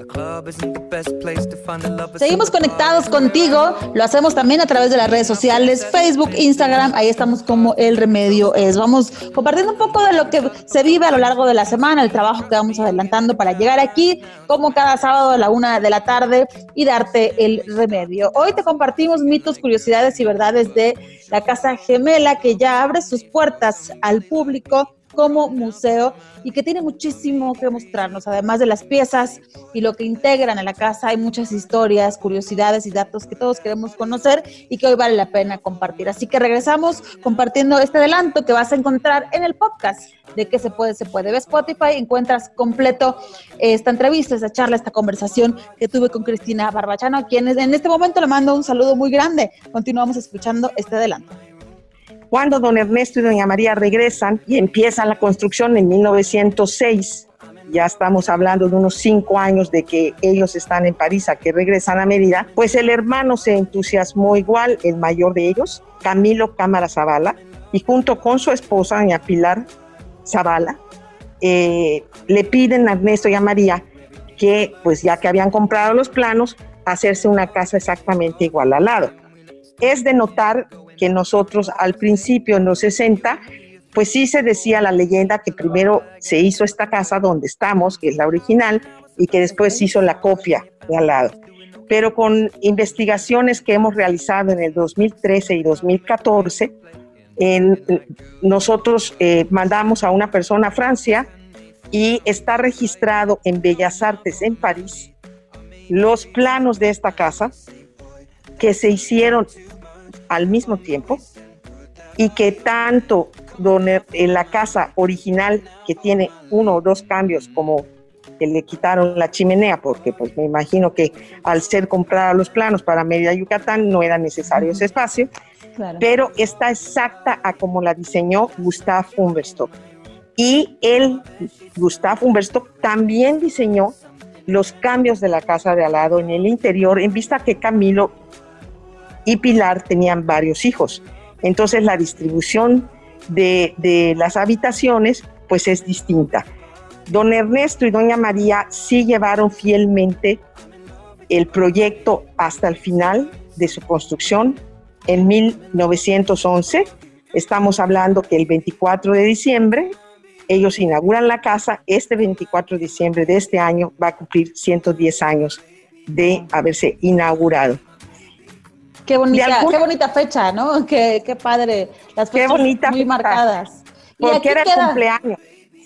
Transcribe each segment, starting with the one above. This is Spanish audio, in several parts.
Seguimos conectados contigo, lo hacemos también a través de las redes sociales, Facebook, Instagram, ahí estamos como El Remedio Es. Vamos compartiendo un poco de lo que se vive a lo largo de la semana, el trabajo que vamos adelantando para llegar aquí, como cada sábado a la 1 de la tarde y darte el remedio. Hoy te compartimos mitos, curiosidades y verdades de la Casa Gemela, que ya abre sus puertas al público como museo y que tiene muchísimo que mostrarnos. Además de las piezas y lo que integran a la casa, hay muchas historias, curiosidades y datos que todos queremos conocer y que hoy vale la pena compartir. Así que regresamos compartiendo este adelanto que vas a encontrar en el podcast de Que se puede, se puede. Ve Spotify, encuentras completo esta entrevista, esta charla, esta conversación que tuve con Cristina Barbachano, a quien en este momento le mando un saludo muy grande. Continuamos escuchando este adelanto. Cuando don Ernesto y doña María regresan y empiezan la construcción en 1906, ya estamos hablando de unos 5 años de que ellos están en París, a que regresan a Mérida, pues el hermano se entusiasmó igual, el mayor de ellos, Camilo Cámara Zavala, y junto con su esposa, doña Pilar Zavala, le piden a Ernesto y a María que, pues ya que habían comprado los planos, hacerse una casa exactamente igual al lado. Es de notar que nosotros al principio, en los 60, pues sí se decía la leyenda que primero se hizo esta casa donde estamos, que es la original, y que después se hizo la copia de al lado. Pero con investigaciones que hemos realizado en el 2013 y 2014, nosotros mandamos a una persona a Francia y está registrado en Bellas Artes en París los planos de esta casa que se hicieron al mismo tiempo y que tanto en la casa original, que tiene 1 o 2 cambios, como que le quitaron la chimenea, porque pues me imagino que al ser comprada los planos para Mérida, Yucatán, no era necesario ese espacio, claro. Pero está exacta a como la diseñó Gustave Humberstock. Y Gustave Humberstock también diseñó los cambios de la casa de al lado en el interior, en vista que Camilo y Pilar tenían varios hijos. Entonces la distribución de las habitaciones pues es distinta. Don Ernesto y doña María sí llevaron fielmente el proyecto hasta el final de su construcción en 1911. Estamos hablando que el 24 de diciembre ellos inauguran la casa. Este 24 de diciembre de este año va a cumplir 110 años de haberse inaugurado. Qué bonita fecha, ¿no? Qué padre. Las fechas muy fecha, marcadas. Porque era el cumpleaños. ¿Sí?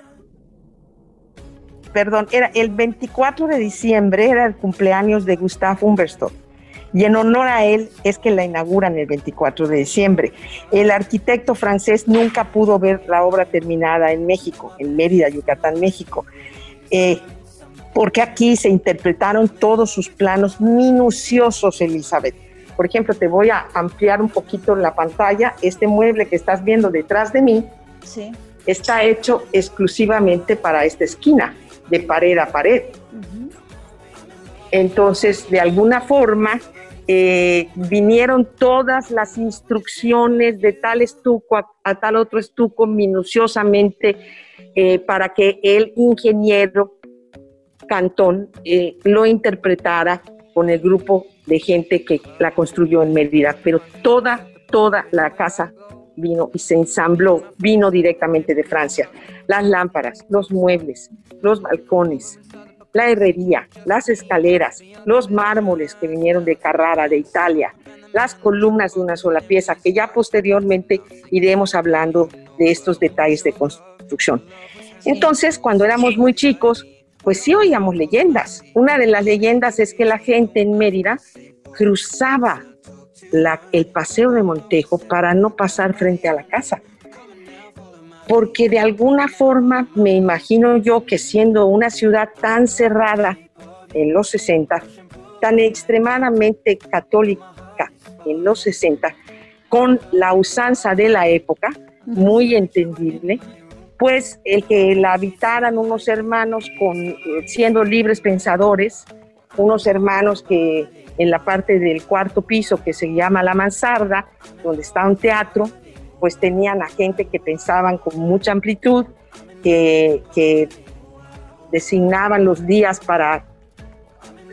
Era el 24 de diciembre, era el cumpleaños de Gustave Humberstock. Y en honor a él es que la inauguran el 24 de diciembre. El arquitecto francés nunca pudo ver la obra terminada en México, en Mérida, Yucatán, México. Porque aquí se interpretaron todos sus planos minuciosos, Elizabeth. Por ejemplo, te voy a ampliar un poquito la pantalla. Este mueble que estás viendo detrás de mí, sí, está hecho exclusivamente para esta esquina, de pared a pared. Uh-huh. Entonces, de alguna forma, vinieron todas las instrucciones de tal estuco a tal otro estuco minuciosamente para que el ingeniero Cantón lo interpretara con el grupo de gente que la construyó en Mérida, pero toda la casa vino y se ensambló, vino directamente de Francia. Las lámparas, los muebles, los balcones, la herrería, las escaleras, los mármoles que vinieron de Carrara, de Italia, las columnas de una sola pieza, que ya posteriormente iremos hablando de estos detalles de construcción. Entonces, cuando éramos muy chicos, pues sí oíamos leyendas. Una de las leyendas es que la gente en Mérida cruzaba el Paseo de Montejo para no pasar frente a la casa. Porque de alguna forma me imagino yo que siendo una ciudad tan cerrada en los 60, tan extremadamente católica en los 60, con la usanza de la época, muy entendible, pues el que la habitaran unos hermanos siendo libres pensadores, unos hermanos que en la parte del 4º piso que se llama La Mansarda, donde está un teatro, pues tenían a gente que pensaban con mucha amplitud, que designaban los días para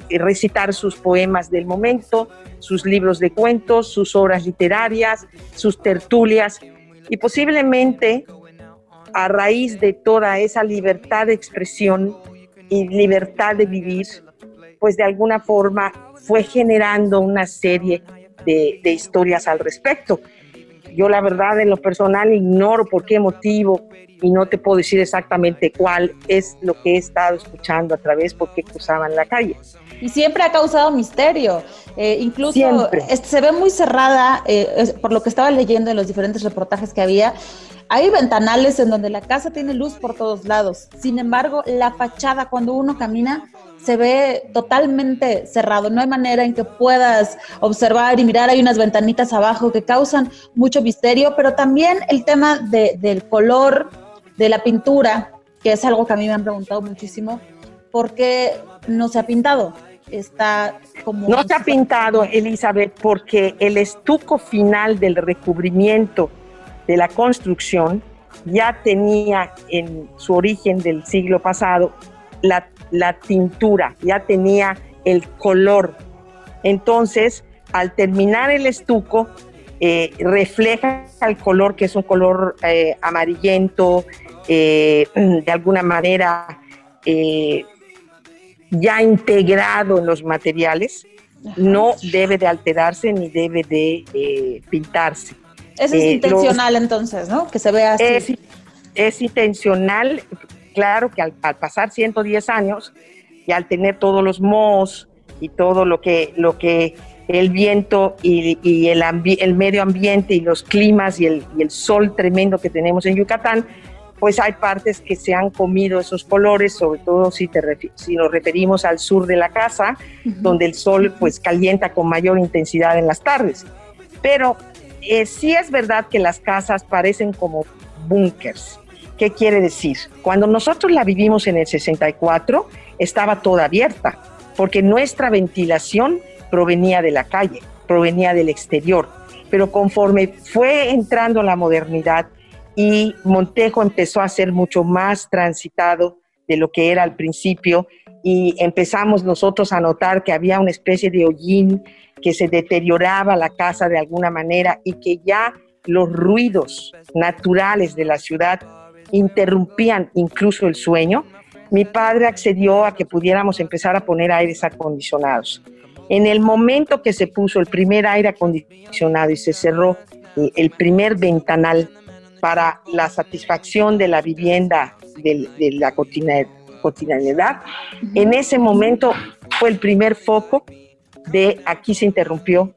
recitar sus poemas del momento, sus libros de cuentos, sus obras literarias, sus tertulias, y posiblemente a raíz de toda esa libertad de expresión y libertad de vivir, pues de alguna forma fue generando una serie de historias al respecto. Yo la verdad en lo personal ignoro por qué motivo y no te puedo decir exactamente cuál es lo que he estado escuchando a través porque cruzaban la calle. Y siempre ha causado misterio, incluso se ve muy cerrada, por lo que estaba leyendo en los diferentes reportajes que había. Hay ventanales en donde la casa tiene luz por todos lados, sin embargo la fachada cuando uno camina se ve totalmente cerrado, no hay manera en que puedas observar y mirar, hay unas ventanitas abajo que causan mucho misterio, pero también el tema del color de la pintura, que es algo que a mí me han preguntado muchísimo, ¿por qué no se ha pintado? Está como... No se ha pintado, Elizabeth, porque el estuco final del recubrimiento de la construcción ya tenía en su origen del siglo pasado la tintura, ya tenía el color. Entonces, al terminar el estuco, refleja el color, que es un color amarillento, de alguna manera ya integrado en los materiales. No debe de alterarse ni debe de pintarse. Eso es intencional entonces, ¿no? Que se vea así. Es intencional, claro que al pasar 110 años y al tener todos los mohos y todo lo que el viento y el medio ambiente y los climas y el sol tremendo que tenemos en Yucatán, pues hay partes que se han comido esos colores, sobre todo si nos referimos al sur de la casa, donde el sol pues calienta con mayor intensidad en las tardes. Pero sí es verdad que las casas parecen como búnkers. ¿Qué quiere decir? Cuando nosotros la vivimos en el 64, estaba toda abierta, porque nuestra ventilación provenía de la calle, provenía del exterior. Pero conforme fue entrando la modernidad y Montejo empezó a ser mucho más transitado de lo que era al principio, y empezamos nosotros a notar que había una especie de hollín, que se deterioraba la casa de alguna manera y que ya los ruidos naturales de la ciudad interrumpían incluso el sueño, mi padre accedió a que pudiéramos empezar a poner aires acondicionados. En el momento que se puso el primer aire acondicionado y se cerró el primer ventanal para la satisfacción de la vivienda, de la cotidianidad, en ese momento fue el primer foco de aquí se interrumpió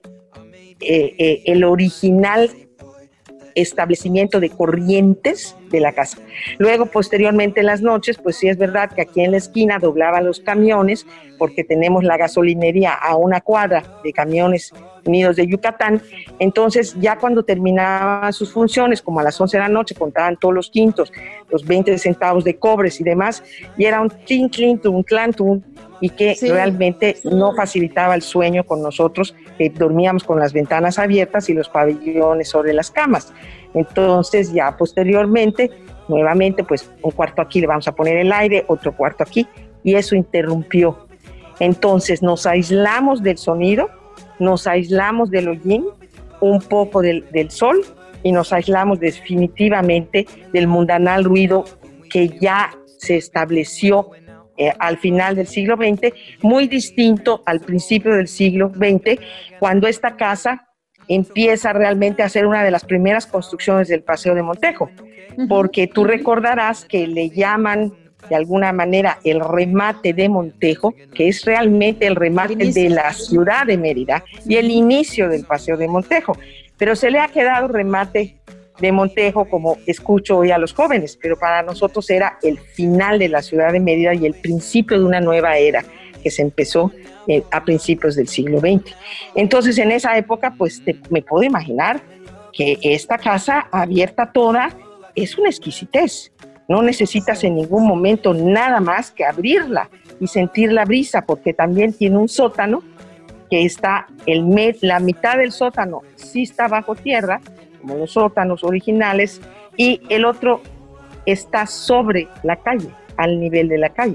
el original establecimiento de corrientes de la casa. Luego, posteriormente en las noches, pues sí es verdad que aquí en la esquina doblaban los camiones, porque tenemos la gasolinería a una cuadra de Camiones Unidos de Yucatán. Entonces, ya cuando terminaban sus funciones, como a las 11 de la noche, contaban todos los quintos, los 20 centavos de cobres y demás, y era un clink, clink, un clan, y que realmente no facilitaba el sueño con nosotros, que dormíamos con las ventanas abiertas y los pabellones sobre las camas. Entonces ya posteriormente, nuevamente, pues un cuarto aquí le vamos a poner el aire, otro cuarto aquí, y eso interrumpió. Entonces nos aislamos del sonido, nos aislamos del hollín, un poco del sol, y nos aislamos definitivamente del mundanal ruido que ya se estableció al final del siglo XX, muy distinto al principio del siglo XX, cuando esta casa empieza realmente a ser una de las primeras construcciones del Paseo de Montejo, porque tú recordarás que le llaman de alguna manera el remate de Montejo, que es realmente el remate de la ciudad de Mérida y el inicio del Paseo de Montejo, pero se le ha quedado remate de Montejo, como escucho hoy a los jóvenes, pero para nosotros era el final de la ciudad de Mérida y el principio de una nueva era que se empezó a principios del siglo XX. Entonces, en esa época, pues me puedo imaginar que esta casa abierta toda es una exquisitez. No necesitas en ningún momento nada más que abrirla y sentir la brisa, porque también tiene un sótano que está, la mitad del sótano sí está bajo tierra, como los sótanos originales, y el otro está sobre la calle, al nivel de la calle,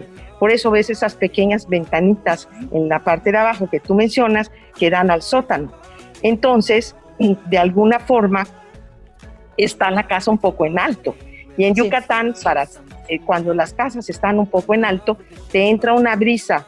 Por eso ves esas pequeñas ventanitas en la parte de abajo que tú mencionas que dan al sótano. Entonces, de alguna forma, está la casa un poco en alto. Y en Yucatán, cuando las casas están un poco en alto, te entra una brisa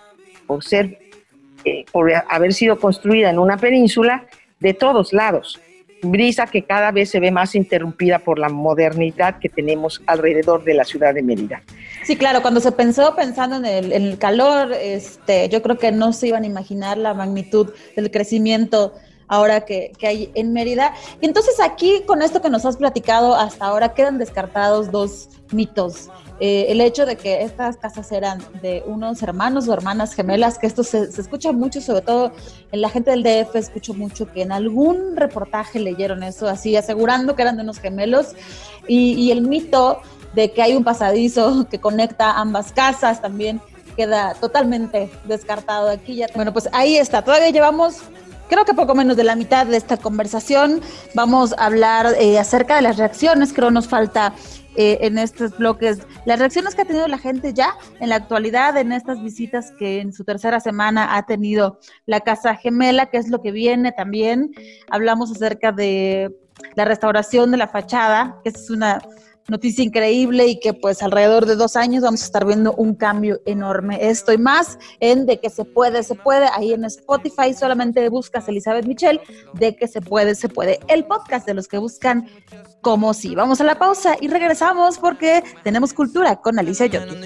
por haber sido construida en una península de todos lados. Brisa que cada vez se ve más interrumpida por la modernidad que tenemos alrededor de la ciudad de Mérida. Sí, claro, cuando se pensando en el calor, yo creo que no se iban a imaginar la magnitud del crecimiento ahora que hay en Mérida. Y entonces aquí, con esto que nos has platicado hasta ahora, quedan descartados dos mitos. El hecho de que estas casas eran de unos hermanos o hermanas gemelas, que esto se escucha mucho, sobre todo en la gente del DF, escucho mucho que en algún reportaje leyeron eso, así asegurando que eran de unos gemelos, y el mito de que hay un pasadizo que conecta ambas casas también queda totalmente descartado aquí. Bueno, pues ahí está, todavía llevamos creo que poco menos de la mitad de esta conversación. Vamos a hablar acerca de las reacciones, creo nos falta en estos bloques, las reacciones que ha tenido la gente ya en la actualidad en estas visitas que en su tercera semana ha tenido la Casa Gemela, que es lo que viene también. Hablamos acerca de la restauración de la fachada, que es una noticia increíble y que pues alrededor de 2 años vamos a estar viendo un cambio enorme. Esto y más en De que se puede, ahí en Spotify solamente buscas Elizabeth Michel, De que se puede, el podcast de los que buscan como sí. Vamos a la pausa y regresamos porque tenemos cultura con Alicia Yotti.